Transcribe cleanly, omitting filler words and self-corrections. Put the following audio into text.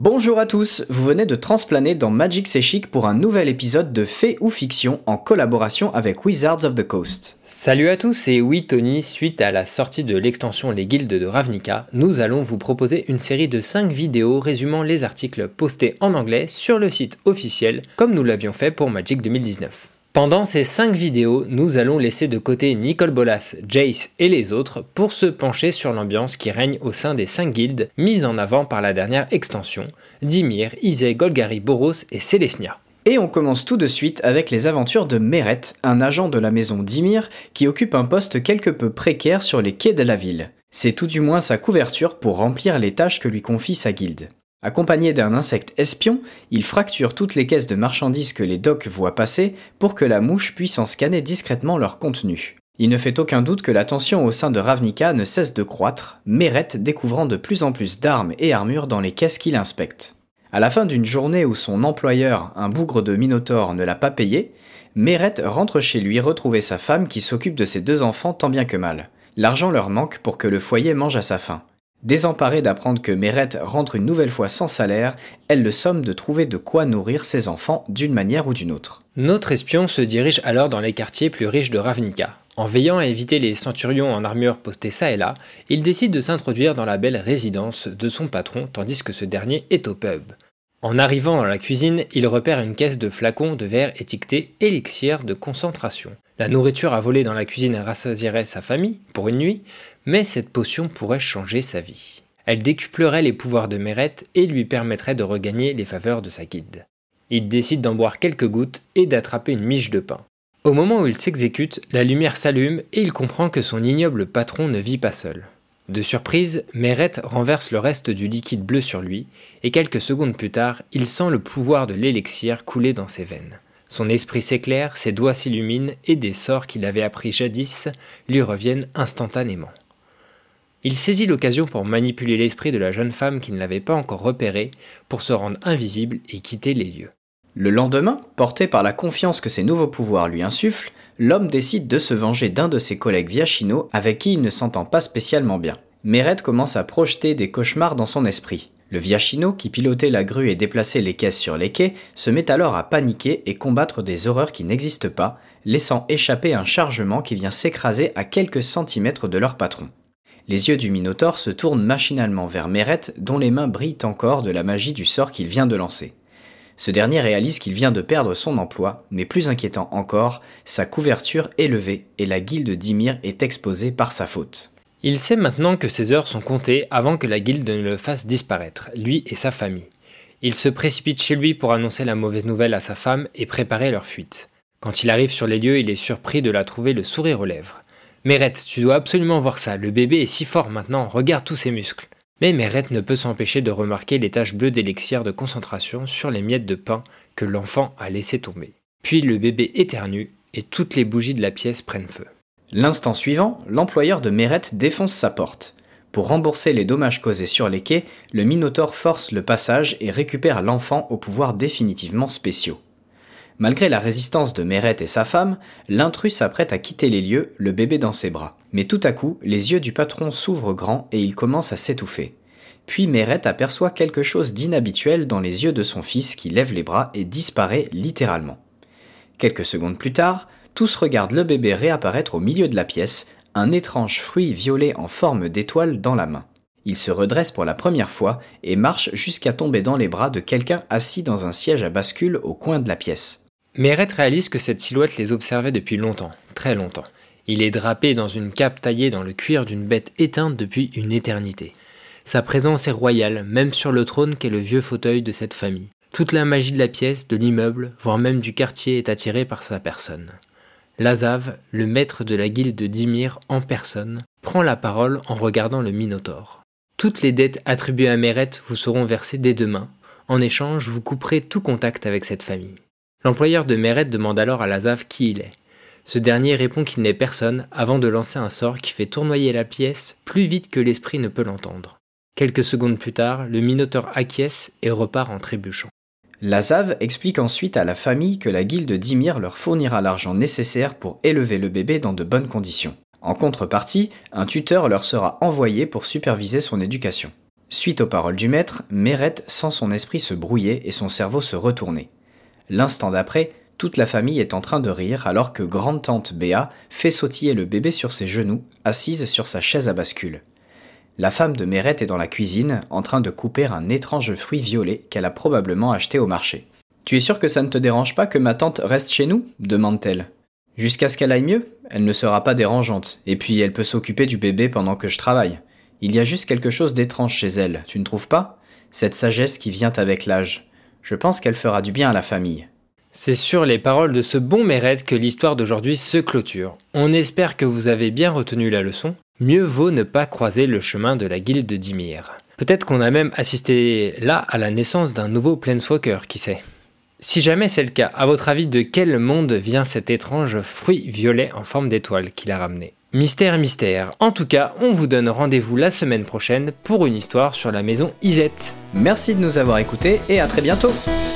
Bonjour à tous, vous venez de transplaner dans Magic C'est Chic pour un nouvel épisode de Fait ou Fiction en collaboration avec Wizards of the Coast. Salut à tous, et oui Tony, suite à la sortie de l'extension Les Guildes de Ravnica, nous allons vous proposer une série de 5 vidéos résumant les articles postés en anglais sur le site officiel, comme nous l'avions fait pour Magic 2019. Pendant ces 5 vidéos, nous allons laisser de côté Nicol Bolas, Jace et les autres pour se pencher sur l'ambiance qui règne au sein des 5 guildes mises en avant par la dernière extension, Dimir, Izé, Golgari, Boros et Selesnya. Et on commence tout de suite avec les aventures de Meret, un agent de la maison Dimir qui occupe un poste quelque peu précaire sur les quais de la ville. C'est tout du moins sa couverture pour remplir les tâches que lui confie sa guilde. Accompagné d'un insecte espion, il fracture toutes les caisses de marchandises que les docks voient passer pour que la mouche puisse en scanner discrètement leur contenu. Il ne fait aucun doute que la tension au sein de Ravnica ne cesse de croître, Meret découvrant de plus en plus d'armes et armures dans les caisses qu'il inspecte. À la fin d'une journée où son employeur, un bougre de Minotaure, ne l'a pas payé, Meret rentre chez lui retrouver sa femme qui s'occupe de ses 2 enfants tant bien que mal. L'argent leur manque pour que le foyer mange à sa faim. Désemparée d'apprendre que Meret rentre une nouvelle fois sans salaire, elle le somme de trouver de quoi nourrir ses enfants d'une manière ou d'une autre. Notre espion se dirige alors dans les quartiers plus riches de Ravnica. En veillant à éviter les centurions en armure postés çà et là, il décide de s'introduire dans la belle résidence de son patron tandis que ce dernier est au pub. En arrivant dans la cuisine, il repère une caisse de flacons de verre étiquetés « Élixir de concentration ». La nourriture à voler dans la cuisine rassasierait sa famille pour une nuit, mais cette potion pourrait changer sa vie. Elle décuplerait les pouvoirs de Meret et lui permettrait de regagner les faveurs de sa guilde. Il décide d'en boire quelques gouttes et d'attraper une miche de pain. Au moment où il s'exécute, la lumière s'allume et il comprend que son ignoble patron ne vit pas seul. De surprise, Meret renverse le reste du liquide bleu sur lui, et quelques secondes plus tard, il sent le pouvoir de l'élixir couler dans ses veines. Son esprit s'éclaire, ses doigts s'illuminent, et des sorts qu'il avait appris jadis lui reviennent instantanément. Il saisit l'occasion pour manipuler l'esprit de la jeune femme qui ne l'avait pas encore repéré, pour se rendre invisible et quitter les lieux. Le lendemain, porté par la confiance que ses nouveaux pouvoirs lui insufflent, l'homme décide de se venger d'un de ses collègues Viachino avec qui il ne s'entend pas spécialement bien. Meret commence à projeter des cauchemars dans son esprit. Le Viachino, qui pilotait la grue et déplaçait les caisses sur les quais, se met alors à paniquer et combattre des horreurs qui n'existent pas, laissant échapper un chargement qui vient s'écraser à quelques centimètres de leur patron. Les yeux du Minotaure se tournent machinalement vers Meret, dont les mains brillent encore de la magie du sort qu'il vient de lancer. Ce dernier réalise qu'il vient de perdre son emploi, mais plus inquiétant encore, sa couverture est levée et la guilde Dimir est exposée par sa faute. Il sait maintenant que ses heures sont comptées avant que la guilde ne le fasse disparaître, lui et sa famille. Il se précipite chez lui pour annoncer la mauvaise nouvelle à sa femme et préparer leur fuite. Quand il arrive sur les lieux, il est surpris de la trouver le sourire aux lèvres. « Meret, tu dois absolument voir ça, le bébé est si fort maintenant, regarde tous ses muscles !» Mais Meret ne peut s'empêcher de remarquer les taches bleues d'élixir de concentration sur les miettes de pain que l'enfant a laissé tomber. Puis le bébé éternue et toutes les bougies de la pièce prennent feu. L'instant suivant, l'employeur de Meret défonce sa porte. Pour rembourser les dommages causés sur les quais, le Minotaure force le passage et récupère l'enfant aux pouvoirs définitivement spéciaux. Malgré la résistance de Meret et sa femme, l'intrus s'apprête à quitter les lieux, le bébé dans ses bras. Mais tout à coup, les yeux du patron s'ouvrent grands et il commence à s'étouffer. Puis Meret aperçoit quelque chose d'inhabituel dans les yeux de son fils qui lève les bras et disparaît littéralement. Quelques secondes plus tard, tous regardent le bébé réapparaître au milieu de la pièce, un étrange fruit violet en forme d'étoile dans la main. Il se redresse pour la première fois et marche jusqu'à tomber dans les bras de quelqu'un assis dans un siège à bascule au coin de la pièce. Meret réalise que cette silhouette les observait depuis longtemps, très longtemps. Il est drapé dans une cape taillée dans le cuir d'une bête éteinte depuis une éternité. Sa présence est royale, même sur le trône qu'est le vieux fauteuil de cette famille. Toute la magie de la pièce, de l'immeuble, voire même du quartier est attirée par sa personne. Lazav, le maître de la guilde de Dimir en personne, prend la parole en regardant le Minotaure. Toutes les dettes attribuées à Meret vous seront versées dès demain. En échange, vous couperez tout contact avec cette famille. L'employeur de Meret demande alors à Lazav qui il est. Ce dernier répond qu'il n'est personne avant de lancer un sort qui fait tournoyer la pièce plus vite que l'esprit ne peut l'entendre. Quelques secondes plus tard, le Minotaure acquiesce et repart en trébuchant. Lazav explique ensuite à la famille que la guilde Dimir leur fournira l'argent nécessaire pour élever le bébé dans de bonnes conditions. En contrepartie, un tuteur leur sera envoyé pour superviser son éducation. Suite aux paroles du maître, Mérette sent son esprit se brouiller et son cerveau se retourner. L'instant d'après, toute la famille est en train de rire alors que grande-tante Béa fait sautiller le bébé sur ses genoux, assise sur sa chaise à bascule. La femme de Mérette est dans la cuisine, en train de couper un étrange fruit violet qu'elle a probablement acheté au marché. « Tu es sûr que ça ne te dérange pas que ma tante reste chez nous ?» demande-t-elle. « Jusqu'à ce qu'elle aille mieux, elle ne sera pas dérangeante, et puis elle peut s'occuper du bébé pendant que je travaille. Il y a juste quelque chose d'étrange chez elle, tu ne trouves pas ? Cette sagesse qui vient avec l'âge. Je pense qu'elle fera du bien à la famille. » C'est sur les paroles de ce bon Mérette que l'histoire d'aujourd'hui se clôture. On espère que vous avez bien retenu la leçon. Mieux vaut ne pas croiser le chemin de la guilde d'Ymir. Peut-être qu'on a même assisté là à la naissance d'un nouveau Planeswalker, qui sait. Si jamais c'est le cas, à votre avis, de quel monde vient cet étrange fruit violet en forme d'étoile qu'il a ramené ? Mystère, mystère. En tout cas, on vous donne rendez-vous la semaine prochaine pour une histoire sur la maison Izette. Merci de nous avoir écoutés et à très bientôt.